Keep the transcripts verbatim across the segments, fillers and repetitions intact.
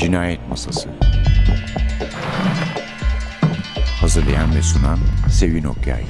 Cinayet Masası. Hazırlayan ve sunan Sevin Okyay.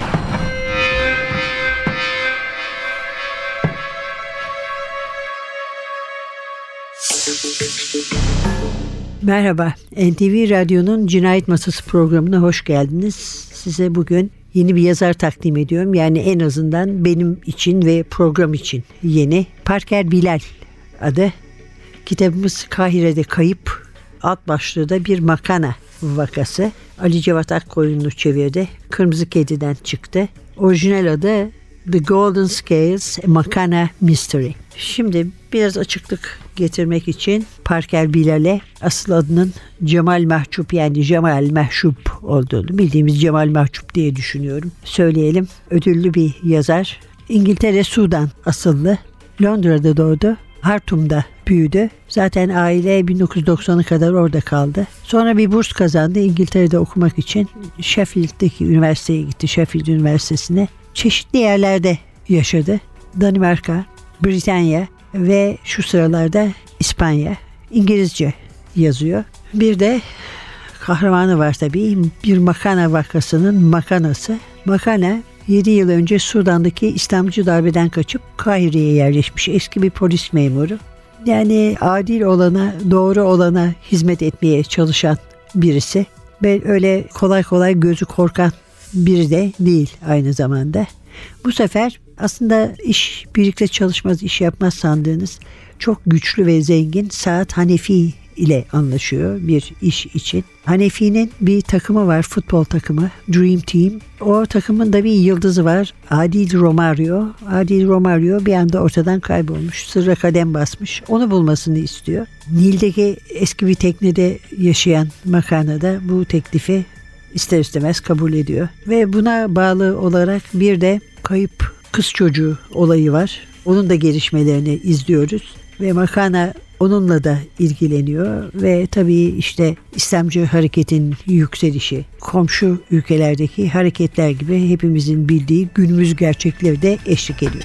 Merhaba, N T V Radyo'nun Cinayet Masası programına hoş geldiniz. Size bugün yeni bir yazar takdim ediyorum. Yani en azından benim için ve program için yeni. Parker Bilal adı. Kitabımız Kahire'de Kayıp. Alt başlığı da bir makana vakası. Ali Cevat Akkoyunlu çevirdi. Kırmızı Kedi'den çıktı. Orijinal adı The Golden Scales, A Makana Mystery. Şimdi biraz açıklık getirmek için Parker Bilal'e asıl adının Cemal Mahcup yani Cemal Mahcup olduğunu bildiğimiz Cemal Mahcup diye düşünüyorum. Söyleyelim. Ödüllü bir yazar. İngiltere Sudan asıllı. Londra'da doğdu. Hartum'da büyüdü. Zaten aile bin dokuz yüz doksana kadar orada kaldı. Sonra bir burs kazandı İngiltere'de okumak için. Sheffield'deki üniversiteye gitti. Sheffield Üniversitesi'ne. Çeşitli yerlerde yaşadı. Danimarka, Britanya ve şu sıralarda İspanya. İngilizce yazıyor. Bir de kahramanı var tabii. Bir makana vakasının makanası. Makana yedi yıl önce Sudan'daki İslamcı darbeden kaçıp Kahire'ye yerleşmiş eski bir polis memuru. Yani adil olana, doğru olana hizmet etmeye çalışan birisi. Ve öyle kolay kolay gözü korkan biri de değil aynı zamanda. Bu sefer aslında iş birlikte çalışmaz, iş yapmaz sandığınız çok güçlü ve zengin Saad Hanefi ile anlaşıyor bir iş için. Hanefi'nin bir takımı var, futbol takımı, Dream Team. O takımın da bir yıldızı var, Adil Romario. Adil Romario bir anda ortadan kaybolmuş, sırra kadem basmış. Onu bulmasını istiyor. Nil'deki eski bir teknede yaşayan makanada bu teklifi ister istemez kabul ediyor. Ve buna bağlı olarak bir de kayıp kız çocuğu olayı var. Onun da gelişmelerini izliyoruz. Ve makana onunla da ilgileniyor ve tabii işte İslamcı hareketin yükselişi, komşu ülkelerdeki hareketler gibi hepimizin bildiği günümüz gerçekleri de eşlik ediyor.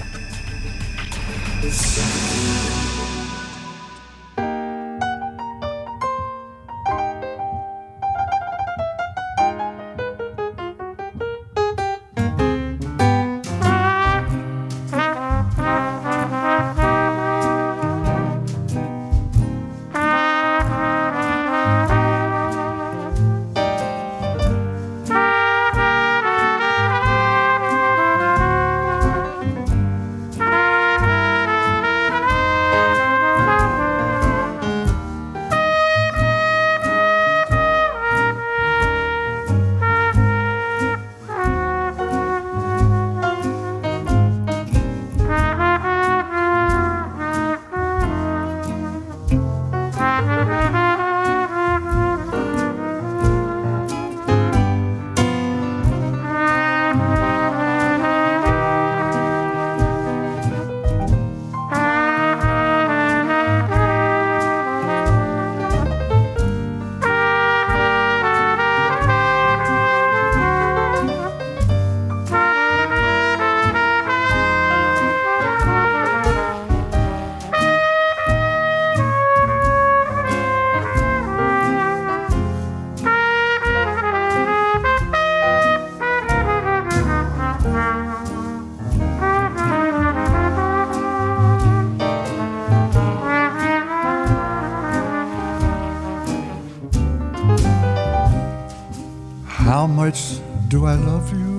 How much do I love you?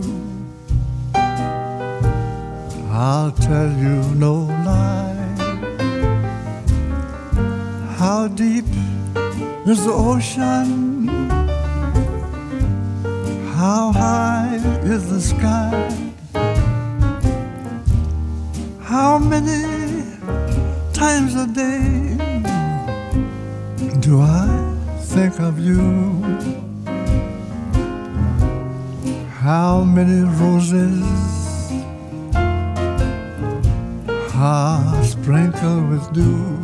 I'll tell you no lie. How deep is the ocean? How high is the sky? How many times a day do I think of you? How many roses are sprinkled with dew?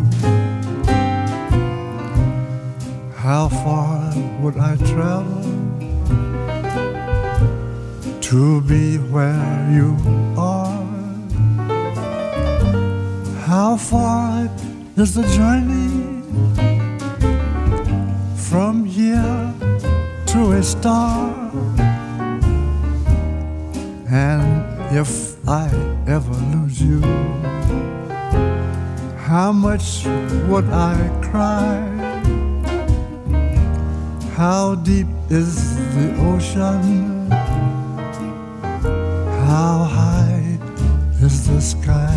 How far would I travel to be where you are? How far is the journey from here to a star. And if I ever lose you, how much would I cry? How deep is the ocean? How high is the sky?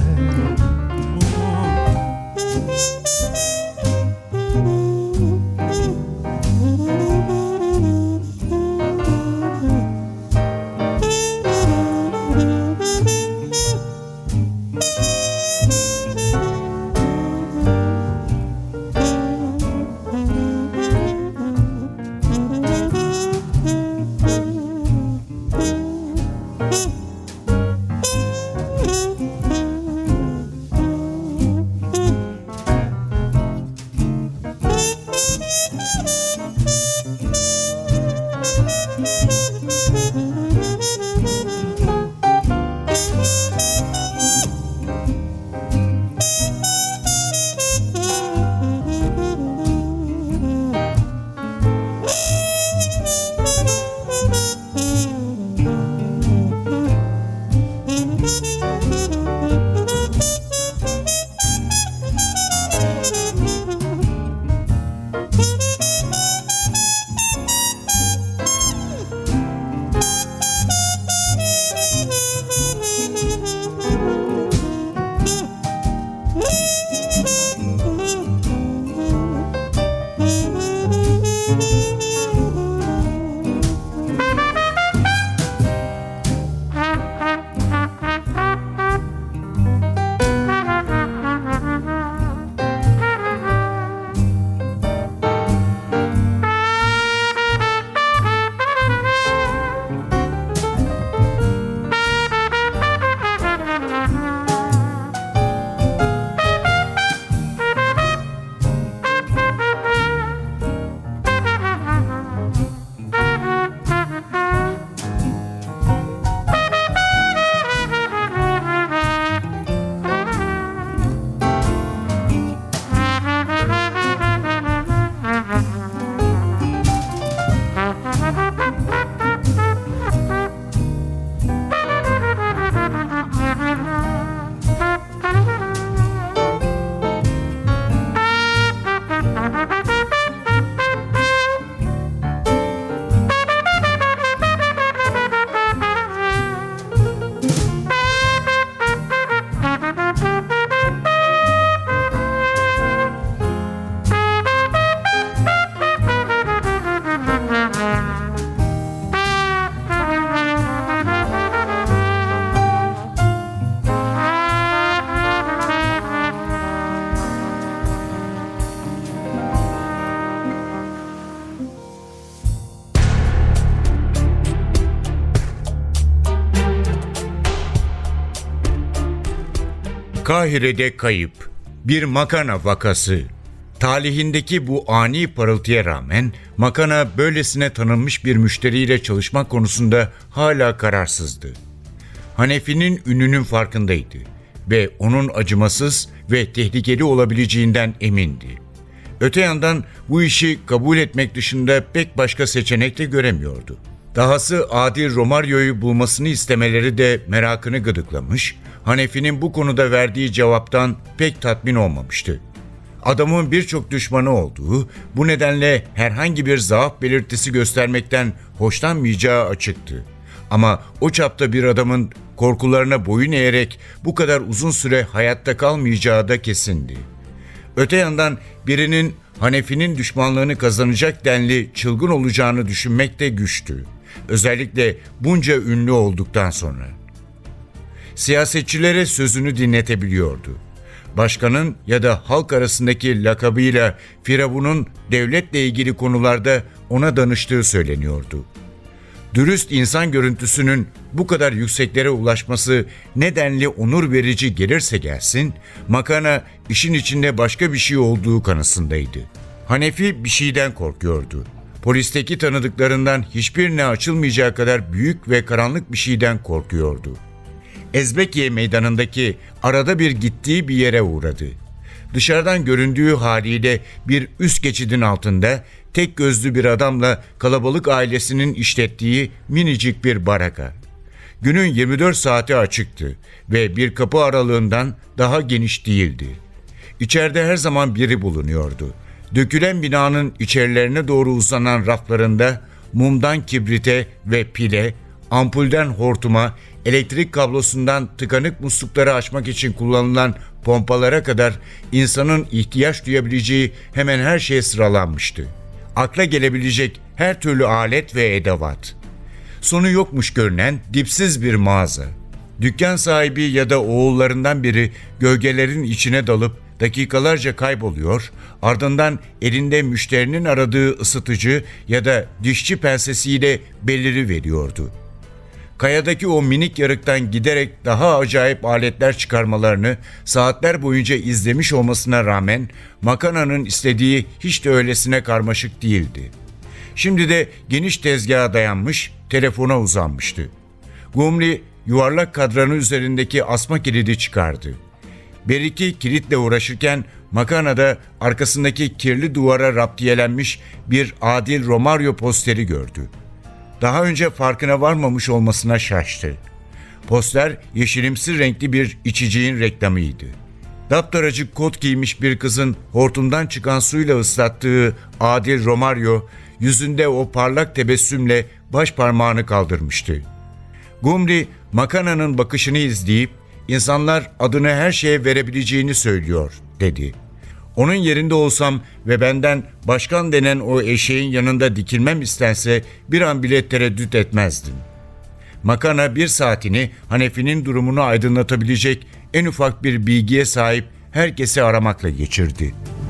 Kahire'de kayıp, bir makana vakası. Talihindeki bu ani parıltıya rağmen makana böylesine tanınmış bir müşteriyle çalışmak konusunda hala kararsızdı. Hanefi'nin ününün farkındaydı ve onun acımasız ve tehlikeli olabileceğinden emindi. Öte yandan bu işi kabul etmek dışında pek başka seçenek de göremiyordu. Dahası Adi Romario'yu bulmasını istemeleri de merakını gıdıklamış, Hanefi'nin bu konuda verdiği cevaptan pek tatmin olmamıştı. Adamın birçok düşmanı olduğu, bu nedenle herhangi bir zaaf belirtisi göstermekten hoşlanmayacağı açıktı. Ama o çapta bir adamın korkularına boyun eğerek bu kadar uzun süre hayatta kalmayacağı da kesindi. Öte yandan birinin Hanefi'nin düşmanlığını kazanacak denli çılgın olacağını düşünmek de güçtü. Özellikle bunca ünlü olduktan sonra. Siyasetçilere sözünü dinletebiliyordu. Başkanın ya da halk arasındaki lakabıyla Firavun'un devletle ilgili konularda ona danıştığı söyleniyordu. Dürüst insan görüntüsünün bu kadar yükseklere ulaşması nedenli onur verici gelirse gelsin, makana işin içinde başka bir şey olduğu kanısındaydı. Hanefi bir şeyden korkuyordu. Polisteki tanıdıklarından hiçbirine açılmayacağı kadar büyük ve karanlık bir şeyden korkuyordu. Ezbekiye meydanındaki arada bir gittiği bir yere uğradı Dışarıdan göründüğü haliyle bir üst geçidin altında tek gözlü bir adamla kalabalık ailesinin işlettiği minicik bir baraka. Günün yirmi dört saati açıktı ve bir kapı aralığından daha geniş değildi. İçeride her zaman biri bulunuyordu. Dökülen binanın içerilerine doğru uzanan raflarında mumdan kibrite ve pile, ampulden hortuma, elektrik kablosundan tıkanık muslukları açmak için kullanılan pompalara kadar insanın ihtiyaç duyabileceği hemen her şey sıralanmıştı. Akla gelebilecek her türlü alet ve edevat. Sonu yokmuş görünen dipsiz bir mağaza. Dükkan sahibi ya da oğullarından biri gölgelerin içine dalıp dakikalarca kayboluyor, ardından elinde müşterinin aradığı ısıtıcı ya da dişçi pensesiyle beliri veriyordu. Kayadaki o minik yarıktan giderek daha acayip aletler çıkarmalarını saatler boyunca izlemiş olmasına rağmen Makana'nın istediği hiç de öylesine karmaşık değildi. Şimdi de geniş tezgaha dayanmış, telefona uzanmıştı. Gumli yuvarlak kadranı üzerindeki asma kilidi çıkardı. Beriki kilitle uğraşırken Makana da arkasındaki kirli duvara raptiyelenmiş bir Adil Romario posteri gördü. Daha önce farkına varmamış olmasına şaştı. Poster yeşilimsi renkli bir içeceğin reklamıydı. Daptaracık kot giymiş bir kızın hortumdan çıkan suyla ıslattığı Adil Romario, yüzünde o parlak tebessümle baş parmağını kaldırmıştı. Gumli, Makana'nın bakışını izleyip, "İnsanlar adını her şeye verebileceğini söylüyor," dedi. "Onun yerinde olsam ve benden başkan denen o eşeğin yanında dikilmem istense bir an bile tereddüt etmezdim." Makana bir saatini Hanefi'nin durumunu aydınlatabilecek en ufak bir bilgiye sahip herkesi aramakla geçirdi.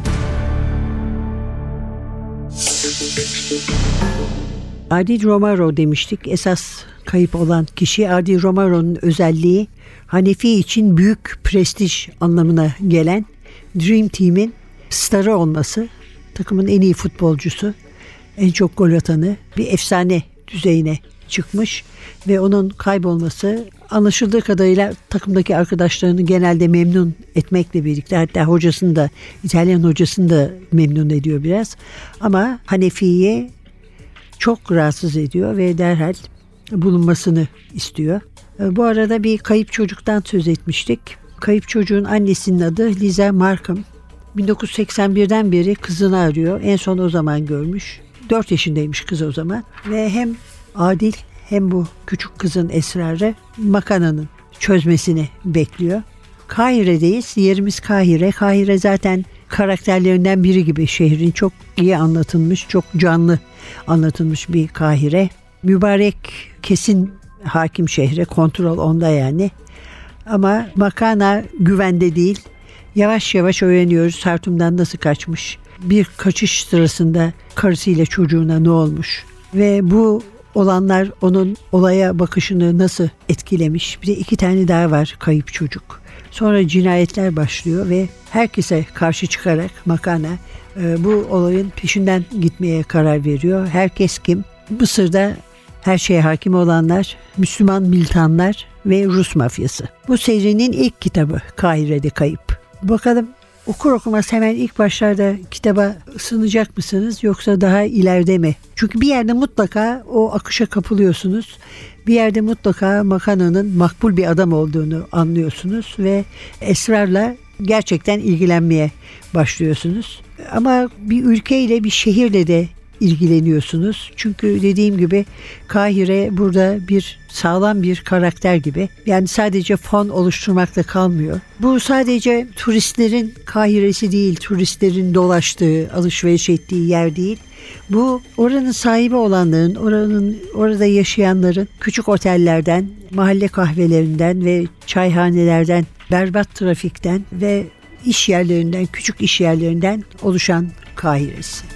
Adil Romero demiştik. Esas kayıp olan kişi Adil Romero'nun özelliği Hanefi için büyük prestij anlamına gelen Dream Team'in starı olması, takımın en iyi futbolcusu, en çok gol atanı, bir efsane düzeyine çıkmış ve onun kaybolması anlaşıldığı kadarıyla takımdaki arkadaşlarını genelde memnun etmekle birlikte, hatta hocasını da, İtalyan hocasını da memnun ediyor biraz, ama Hanefi'yi çok rahatsız ediyor ve derhal bulunmasını istiyor. Bu arada bir kayıp çocuktan söz etmiştik. Kayıp çocuğun annesinin adı Liza Markham. bin dokuz yüz seksen birden beri kızını arıyor. En son o zaman görmüş. dört yaşındaymış kız o zaman. Ve hem Adil hem bu küçük kızın esrarı Makana'nın çözmesini bekliyor. Kahire'deyiz. Yerimiz Kahire. Kahire zaten karakterlerinden biri gibi şehrin, çok iyi anlatılmış, çok canlı anlatılmış bir Kahire. Mübarek kesin hakim şehre, kontrol onda yani. Ama Makana güvende değil. Yavaş yavaş öğreniyoruz Hartum'dan nasıl kaçmış. Bir kaçış sırasında karısıyla çocuğuna ne olmuş. Ve bu olanlar onun olaya bakışını nasıl etkilemiş. Bir de iki tane daha var kayıp çocuk. Sonra cinayetler başlıyor ve herkese karşı çıkarak Makana e, bu olayın peşinden gitmeye karar veriyor. Herkes kim? Mısır'da her şeye hakim olanlar, Müslüman militanlar ve Rus mafyası. Bu serinin ilk kitabı Kahire'de Kayıp. Bakalım okur okumaz hemen ilk başlarda kitaba ısınacak mısınız yoksa daha ileride mi? Çünkü bir yerde mutlaka o akışa kapılıyorsunuz. Bir yerde mutlaka Makana'nın makbul bir adam olduğunu anlıyorsunuz ve esrarla gerçekten ilgilenmeye başlıyorsunuz. Ama bir ülkeyle, bir şehirle de ilgileniyorsunuz. Çünkü dediğim gibi Kahire burada bir sağlam bir karakter gibi. Yani sadece fon oluşturmakla kalmıyor. Bu sadece turistlerin Kahire'si değil, turistlerin dolaştığı, alışveriş ettiği yer değil. Bu oranın sahibi olanların, oranın orada yaşayanların küçük otellerden, mahalle kahvelerinden ve çayhanelerden, berbat trafikten ve iş yerlerinden, küçük iş yerlerinden oluşan Kahire'si.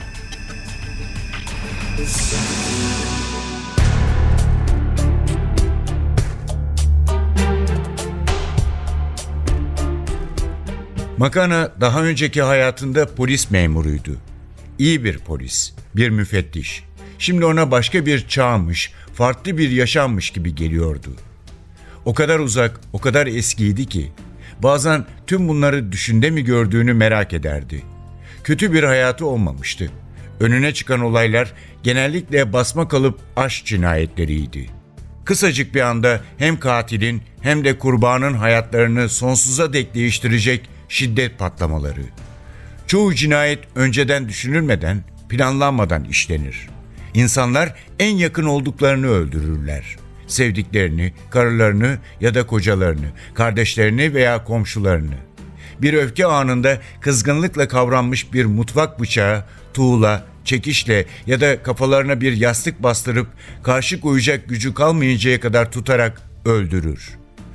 Makana daha önceki hayatında polis memuruydu. İyi bir polis, bir müfettiş. Şimdi ona başka bir çağmış, farklı bir yaşammış gibi geliyordu. O kadar uzak, o kadar eskiydi ki Bazen tüm bunları düşünde mi gördüğünü merak ederdi. Kötü bir hayatı olmamıştı. Önüne çıkan olaylar genellikle basma kalıp aşk cinayetleriydi. Kısacık bir anda hem katilin hem de kurbanın hayatlarını sonsuza dek değiştirecek şiddet patlamaları. Çoğu cinayet önceden düşünülmeden, planlanmadan işlenir. İnsanlar en yakın olduklarını öldürürler. Sevdiklerini, karılarını ya da kocalarını, kardeşlerini veya komşularını. Bir öfke anında kızgınlıkla kavranmış bir mutfak bıçağı, tuğla, çekişle ya da kafalarına bir yastık bastırıp karşı koyacak gücü kalmayıncaya kadar tutarak öldürür.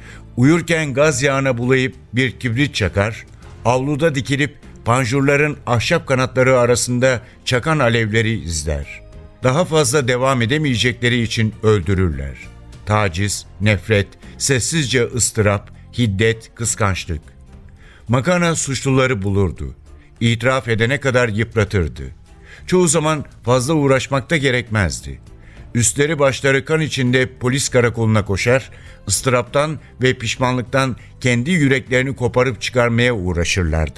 Uyurken gaz yağına bulayıp bir kibrit çakar, avluda dikilip panjurların ahşap kanatları arasında çakan alevleri izler. Daha fazla devam edemeyecekleri için öldürürler. Taciz, nefret, sessizce ıstırap, hiddet, kıskançlık. Makana suçluları bulurdu. İtiraf edene kadar yıpratırdı. Çoğu zaman fazla uğraşmakta gerekmezdi. Üstleri başları kan içinde polis karakoluna koşar, ıstıraptan ve pişmanlıktan kendi yüreklerini koparıp çıkarmaya uğraşırlardı.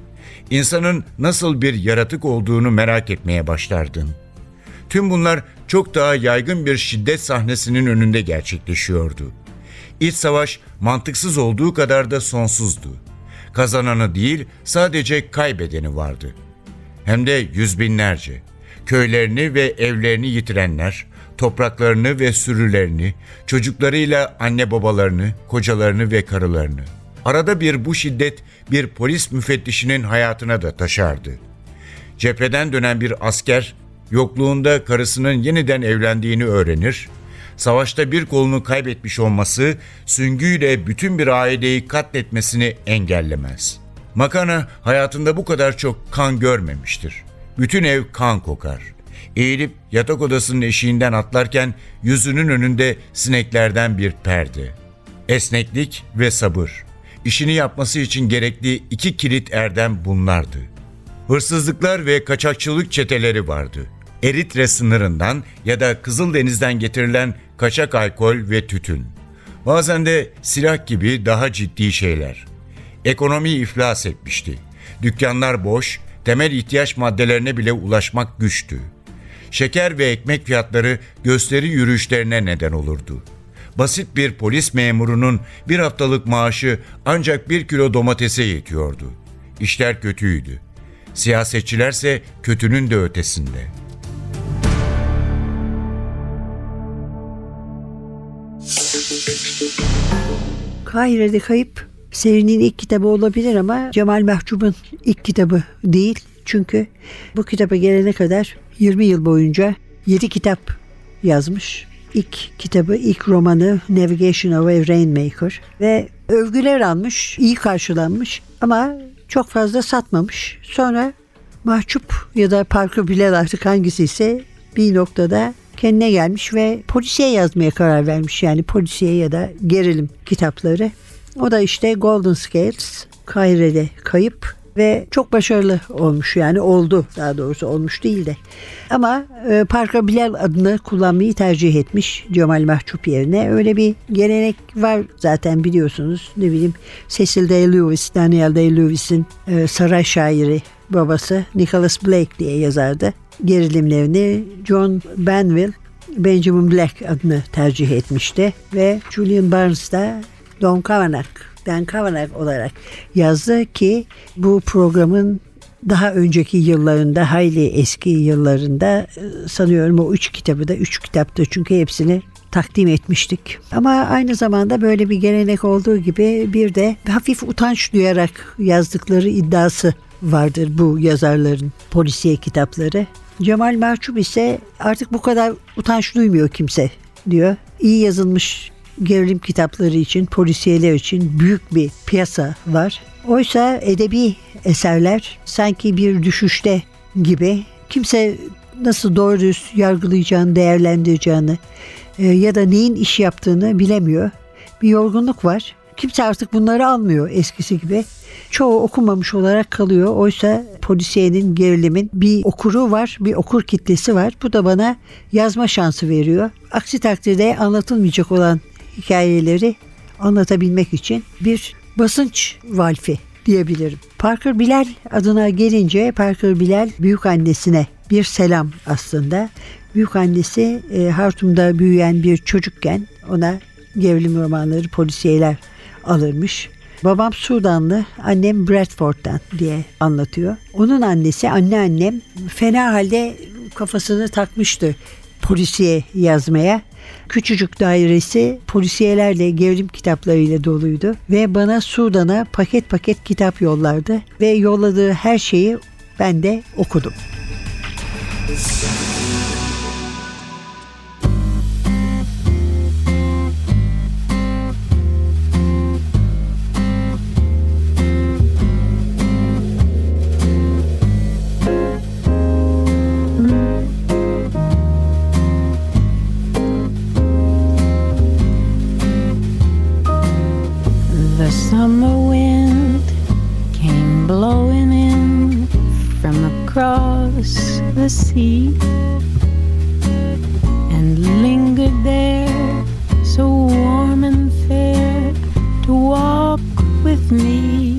İnsanın nasıl bir yaratık olduğunu merak etmeye başlardın. Tüm bunlar çok daha yaygın bir şiddet sahnesinin önünde gerçekleşiyordu. İç savaş mantıksız olduğu kadar da sonsuzdu. Kazananı değil, sadece kaybedeni vardı. Hem de yüz binlerce. Köylerini ve evlerini yitirenler, topraklarını ve sürülerini, çocuklarıyla anne babalarını, kocalarını ve karılarını. Arada bir bu şiddet bir polis müfettişinin hayatına da taşardı. Cepheden dönen bir asker, yokluğunda karısının yeniden evlendiğini öğrenir, savaşta bir kolunu kaybetmiş olması süngüyle bütün bir aileyi katletmesini engellemez. Makana hayatında bu kadar çok kan görmemiştir. Bütün ev kan kokar. Eğilip yatak odasının eşiğinden atlarken yüzünün önünde sineklerden bir perde. Esneklik ve sabır. İşini yapması için gerekli iki kilit erdem bunlardı. Hırsızlıklar ve kaçakçılık çeteleri vardı. Eritre sınırından ya da Kızıldeniz'den getirilen kaçak alkol ve tütün. Bazen de silah gibi daha ciddi şeyler. Ekonomi iflas etmişti. Dükkanlar boş, temel ihtiyaç maddelerine bile ulaşmak güçtü. Şeker ve ekmek fiyatları gösteri yürüyüşlerine neden olurdu. Basit bir polis memurunun bir haftalık maaşı ancak bir kilo domatese yetiyordu. İşler kötüydü. Siyasetçilerse kötünün de ötesinde. Kahire'de Kayıp serinin ilk kitabı olabilir ama Cemal Mahcub'un ilk kitabı değil. Çünkü bu kitaba gelene kadar yirmi yıl boyunca yedi kitap yazmış. İlk kitabı, ilk romanı Navigation of a Rainmaker ve övgüler almış, iyi karşılanmış ama çok fazla satmamış. Sonra Mahcup ya da Parker Bilal artık hangisi ise bir noktada kendine gelmiş ve polisiye yazmaya karar vermiş. Yani polisiye ya da gerilim kitapları. O da işte Golden Scales, Kahire'de Kayıp ve çok başarılı olmuş, yani oldu, daha doğrusu olmuş değil de. Ama e, Parker Bilal adını kullanmayı tercih etmiş Cemal Mahcup yerine. Öyle bir gelenek var zaten, biliyorsunuz. Ne bileyim, Cecil Day-Lewis, Daniel Day-Lewis'in e, saray şairi babası Nicholas Blake diye yazardı gerilimlerini. John Banville, Benjamin Black adını tercih etmişti ve Julian Barnes da Don Kavanagh, Dan Kavanagh olarak yazdı ki bu programın daha önceki yıllarında, hayli eski yıllarında sanıyorum o üç kitabı da üç kitaptı çünkü hepsini takdim etmiştik. Ama aynı zamanda böyle bir gelenek olduğu gibi bir de hafif utanç duyarak yazdıkları iddiası vardır bu yazarların polisiye kitapları. Cemal Mahcup ise artık bu kadar utanç duymuyor kimse diyor. İyi yazılmış gerilim kitapları için, polisiyeler için büyük bir piyasa var. Oysa edebi eserler sanki bir düşüşte gibi. Kimse nasıl doğru düz yargılayacağını, değerlendireceğini e, ya da neyin iş yaptığını bilemiyor. Bir yorgunluk var. Kimse artık bunları almıyor eskisi gibi. Çoğu okumamış olarak kalıyor. Oysa polisiyenin, gerilimin bir okuru var, bir okur kitlesi var. Bu da bana yazma şansı veriyor. Aksi takdirde anlatılmayacak olan hikayeleri anlatabilmek için bir basınç valfi diyebilirim. Parker Bilal adına gelince Parker Bilal büyük annesine bir selam aslında. Büyük annesi e, Hartum'da büyüyen bir çocukken ona gerilim romanları, polisiyeler alırmış. Babam Sudanlı, annem Bradford'dan diye anlatıyor. Onun annesi, anneannem fena halde kafasını takmıştı polisiye yazmaya. Küçücük dairesi polisiyelerle, gerilim kitaplarıyla doluydu ve bana Sudan'a paket paket kitap yollardı ve yolladığı her şeyi ben de okudum. Summer wind came blowing in from across the sea and lingered there so warm and fair to walk with me.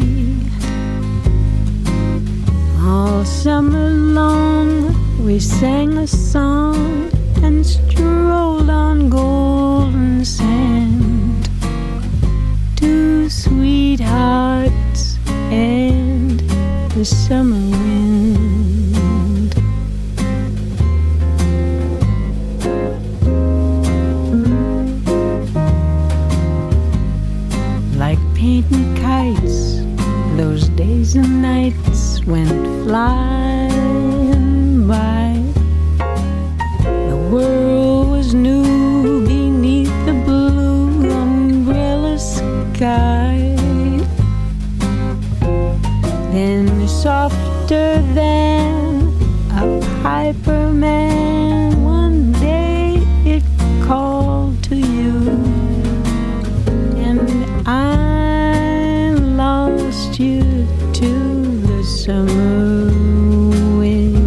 All summer long we sang a song and strolled on golden sand. Two sweethearts and the summer wind. Like painting kites, those days and nights went flying by. The world was new beneath the blue umbrella sky. Then softer than a piper man, one day it called to you, and I lost you to the summer wind.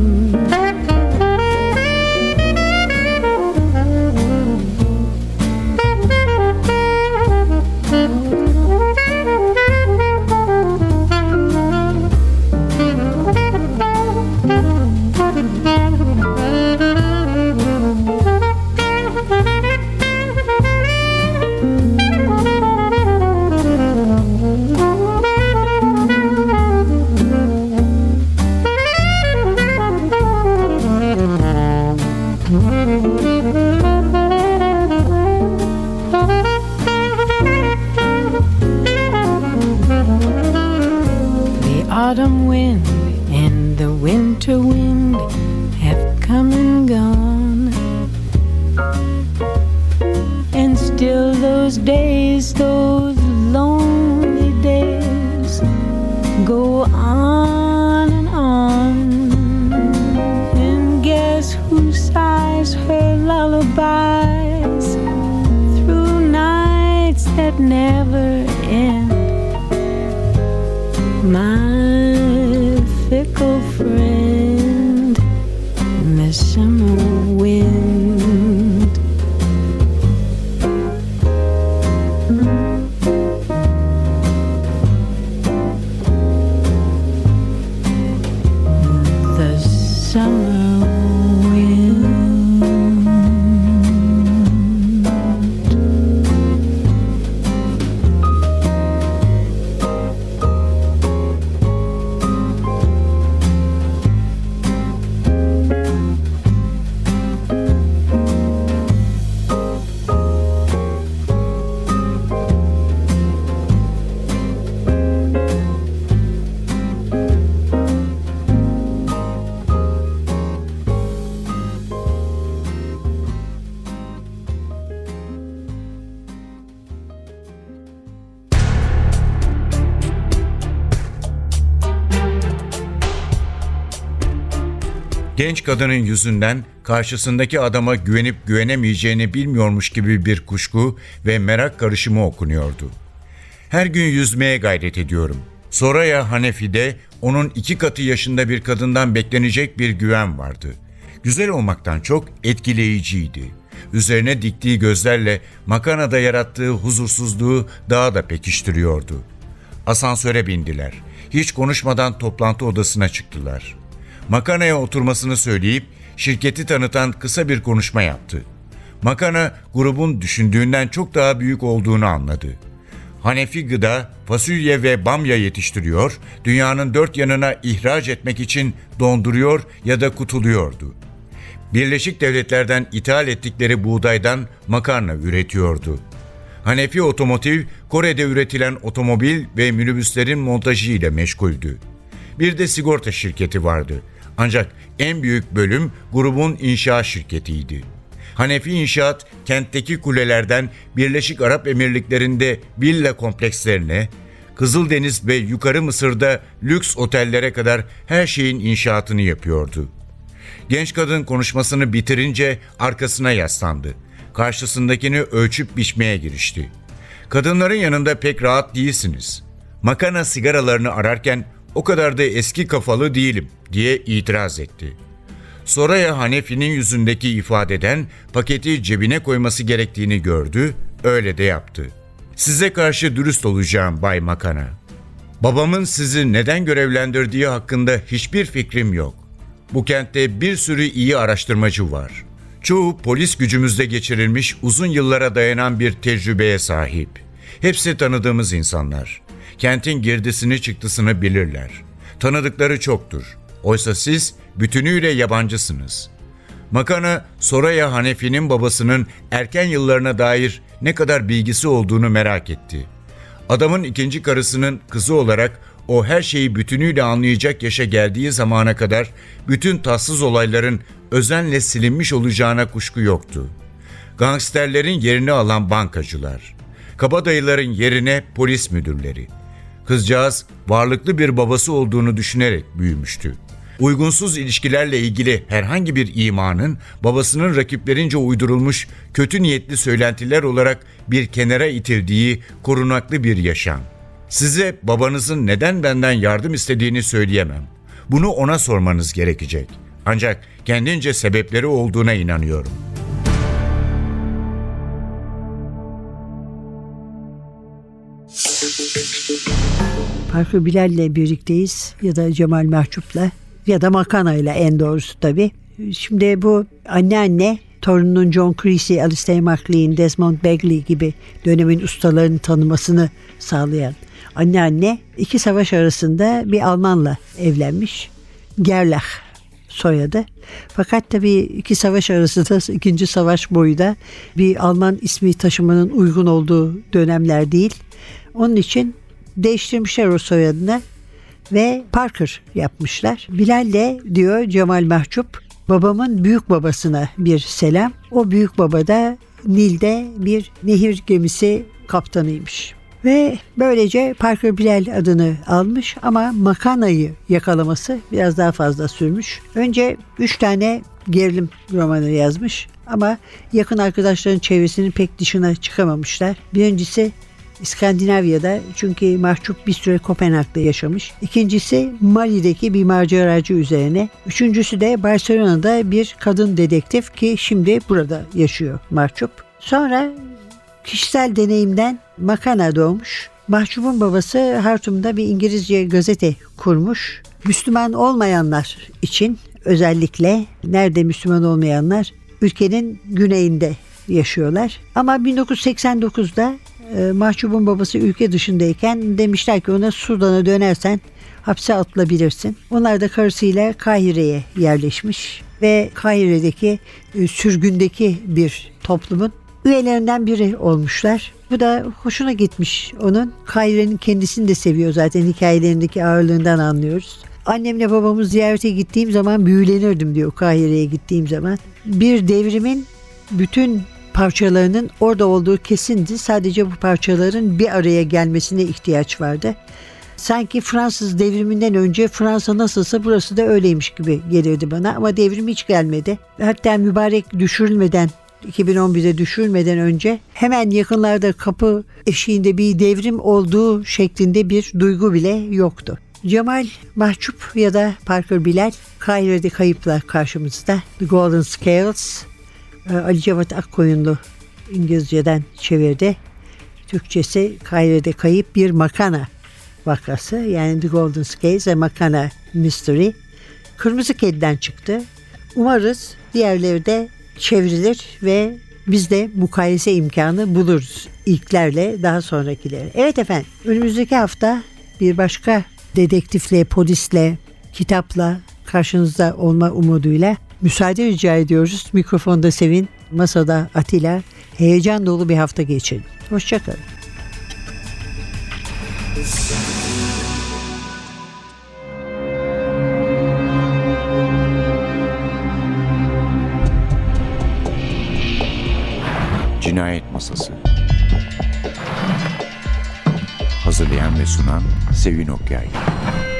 Autumn wind and the winter wind have come and gone, and still those days, those lonely days go on and on. And guess who sighs her lullabies through nights that never end? My fickle friend, the summer wind. The summer wind. Genç kadının yüzünden karşısındaki adama güvenip güvenemeyeceğini bilmiyormuş gibi bir kuşku ve merak karışımı okunuyordu. Her gün yüzmeye gayret ediyorum. Soraya Hanefi'de onun iki katı yaşında bir kadından beklenecek bir güven vardı. Güzel olmaktan çok etkileyiciydi. Üzerine diktiği gözlerle makarnada yarattığı huzursuzluğu daha da pekiştiriyordu. Asansöre bindiler. Hiç konuşmadan toplantı odasına çıktılar. Makana'ya oturmasını söyleyip şirketi tanıtan kısa bir konuşma yaptı. Makana grubun düşündüğünden çok daha büyük olduğunu anladı. Hanefi gıda, fasulye ve bamya yetiştiriyor, dünyanın dört yanına ihraç etmek için donduruyor ya da kutuluyordu. Birleşik Devletler'den ithal ettikleri buğdaydan makarna üretiyordu. Hanefi Otomotiv, Kore'de üretilen otomobil ve minibüslerin montajı ile meşguldü. Bir de sigorta şirketi vardı. Ancak en büyük bölüm grubun inşaat şirketiydi. Hanefi İnşaat, kentteki kulelerden Birleşik Arap Emirlikleri'nde villa komplekslerine, Kızıldeniz ve Yukarı Mısır'da lüks otellere kadar her şeyin inşaatını yapıyordu. Genç kadın konuşmasını bitirince arkasına yaslandı. Karşısındakini ölçüp biçmeye girişti. Kadınların yanında pek rahat değilsiniz. Makana sigaralarını ararken o kadar da eski kafalı değilim diye itiraz etti. Soraya Hanefi'nin yüzündeki ifadeden paketi cebine koyması gerektiğini gördü, öyle de yaptı. Size karşı dürüst olacağım Bay Makana. Babamın sizi neden görevlendirdiği hakkında hiçbir fikrim yok. Bu kentte bir sürü iyi araştırmacı var. Çoğu polis gücümüzde geçirilmiş uzun yıllara dayanan bir tecrübeye sahip. Hepsi tanıdığımız insanlar. Kentin girdisini çıktısını bilirler. Tanıdıkları çoktur. Oysa siz bütünüyle yabancısınız. Makana, Soraya Hanefi'nin babasının erken yıllarına dair ne kadar bilgisi olduğunu merak etti. Adamın ikinci karısının kızı olarak o her şeyi bütünüyle anlayacak yaşa geldiği zamana kadar bütün tatsız olayların özenle silinmiş olacağına kuşku yoktu. Gangsterlerin yerini alan bankacılar, kabadayıların yerine polis müdürleri. Kızcağız varlıklı bir babası olduğunu düşünerek büyümüştü. Uygunsuz ilişkilerle ilgili herhangi bir imanın babasının rakiplerince uydurulmuş kötü niyetli söylentiler olarak bir kenara itildiği korunaklı bir yaşam. Size babanızın neden benden yardım istediğini söyleyemem. Bunu ona sormanız gerekecek. Ancak kendince sebepleri olduğuna inanıyorum. Parker Bilal'le birlikteyiz ya da Cemal Mahçup'la ya da Makana'yla en doğrusu tabii. Şimdi bu anneanne torununun John Creasy, Alistair MacLean, Desmond Bagley gibi dönemin ustalarını tanımasını sağlayan anneanne iki savaş arasında bir Almanla evlenmiş. Gerlach soyadı. Fakat tabii iki savaş arasında ikinci savaş boyu da bir Alman ismi taşımanın uygun olduğu dönemler değil. Onun için değiştirmişler o soyadını ve Parker yapmışlar. Bilal de diyor Cemal Mahçup, babamın büyük babasına bir selam. O büyük baba da Nil'de bir nehir gemisi kaptanıymış. Ve böylece Parker Bilal adını almış ama Makana'yı yakalaması biraz daha fazla sürmüş. Önce üç tane gerilim romanı yazmış ama yakın arkadaşların çevresinin pek dışına çıkamamışlar. Birincisi İskandinavya'da, çünkü Mahçup bir süre Kopenhag'da yaşamış. İkincisi Mali'deki bir maceracı üzerine. Üçüncüsü de Barcelona'da bir kadın dedektif ki şimdi burada yaşıyor Mahçup. Sonra kişisel deneyimden Makana doğmuş. Mahçup'un babası Hartum'da bir İngilizce gazete kurmuş. Müslüman olmayanlar için, özellikle nerede Müslüman olmayanlar? Ülkenin güneyinde yaşıyorlar. Ama bin dokuz yüz seksen dokuzda e, Mahçup'un babası ülke dışındayken demişler ki ona Sudan'a dönersen hapse atılabilirsin. Onlar da karısıyla Kahire'ye yerleşmiş ve Kahire'deki e, sürgündeki bir toplumun üyelerinden biri olmuşlar. Bu da hoşuna gitmiş onun. Kahire'nin kendisini de seviyor zaten, hikayelerindeki ağırlığından anlıyoruz. Annemle babamı ziyarete gittiğim zaman büyülenirdim diyor Kahire'ye gittiğim zaman. Bir devrimin bütün parçalarının orada olduğu kesindi. Sadece bu parçaların bir araya gelmesine ihtiyaç vardı. Sanki Fransız devriminden önce Fransa nasılsa burası da öyleymiş gibi gelirdi bana ama devrim hiç gelmedi. Hatta mübarek düşürülmeden, iki bin on birde düşürülmeden önce hemen yakınlarda kapı eşiğinde bir devrim olduğu şeklinde bir duygu bile yoktu. Cemal Mahçup ya da Parker Bilal Kahire'de kayıpla karşımızda. The Golden Scales, Ali Cevat Akkoyunlu İngilizceden çevirdi. Türkçesi Kahire'de kayıp bir makana vakası yani The Golden Scales ve Makana Mystery Kırmızı Kedi'den çıktı. Umarız diğerleri de çevrilir ve biz de mukayese imkanı buluruz ilklerle daha sonrakileri. Evet efendim, önümüzdeki hafta bir başka dedektifle, polisle, kitapla karşınızda olma umuduyla müsaade rica ediyoruz. Mikrofonda Sevin, masada Atilla. Heyecan dolu bir hafta geçirin. Hoşçakalın. Cinayet Masası. Hazırlayan ve sunan Sevin Okyay.